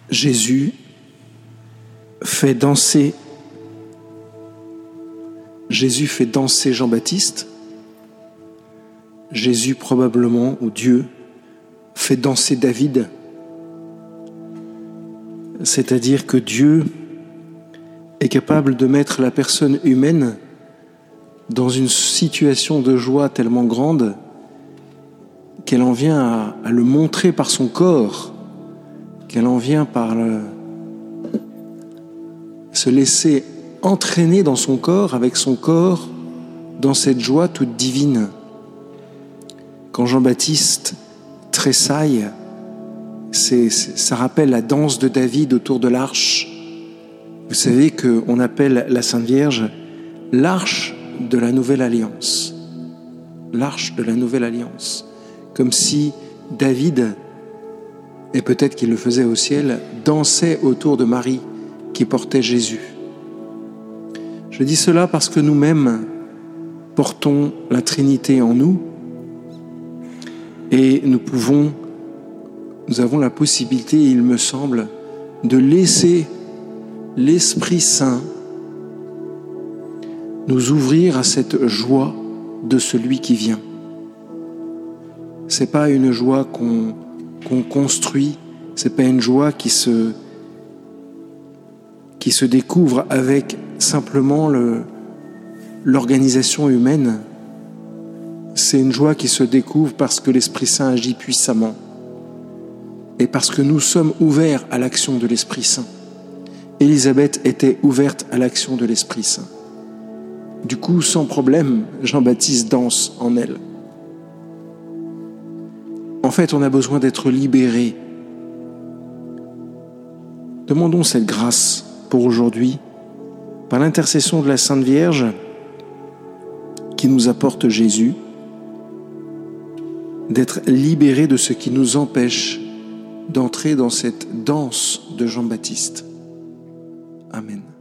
Jésus fait danser Jean-Baptiste. Jésus probablement, ou Dieu, fait danser David. C'est-à-dire que Dieu est capable de mettre la personne humaine dans une situation de joie tellement grande qu'elle en vient à le montrer par son corps, qu'elle en vient par se laisser entraîner dans son corps, avec son corps, dans cette joie toute divine. Quand Jean-Baptiste tressaille, ça rappelle la danse de David autour de l'arche. Vous savez qu'on appelle la Sainte Vierge l'arche de la Nouvelle Alliance. L'arche de la Nouvelle Alliance. Comme si David, et peut-être qu'il le faisait au ciel, dansait autour de Marie qui portait Jésus. Je dis cela parce que nous-mêmes portons la Trinité en nous et nous avons la possibilité, il me semble, de laisser l'Esprit Saint nous ouvrir à cette joie de celui qui vient. C'est pas une joie qu'on construit, c'est pas une joie qui se découvre avec simplement l'organisation humaine. C'est une joie qui se découvre parce que l'Esprit Saint agit puissamment et parce que nous sommes ouverts à l'action de l'Esprit Saint. Élisabeth était ouverte à l'action de l'Esprit Saint. Du coup, sans problème, Jean-Baptiste danse en elle. En fait, on a besoin d'être libéré. Demandons cette grâce pour aujourd'hui, par l'intercession de la Sainte Vierge qui nous apporte Jésus, d'être libérés de ce qui nous empêche d'entrer dans cette danse de Jean-Baptiste. Amen.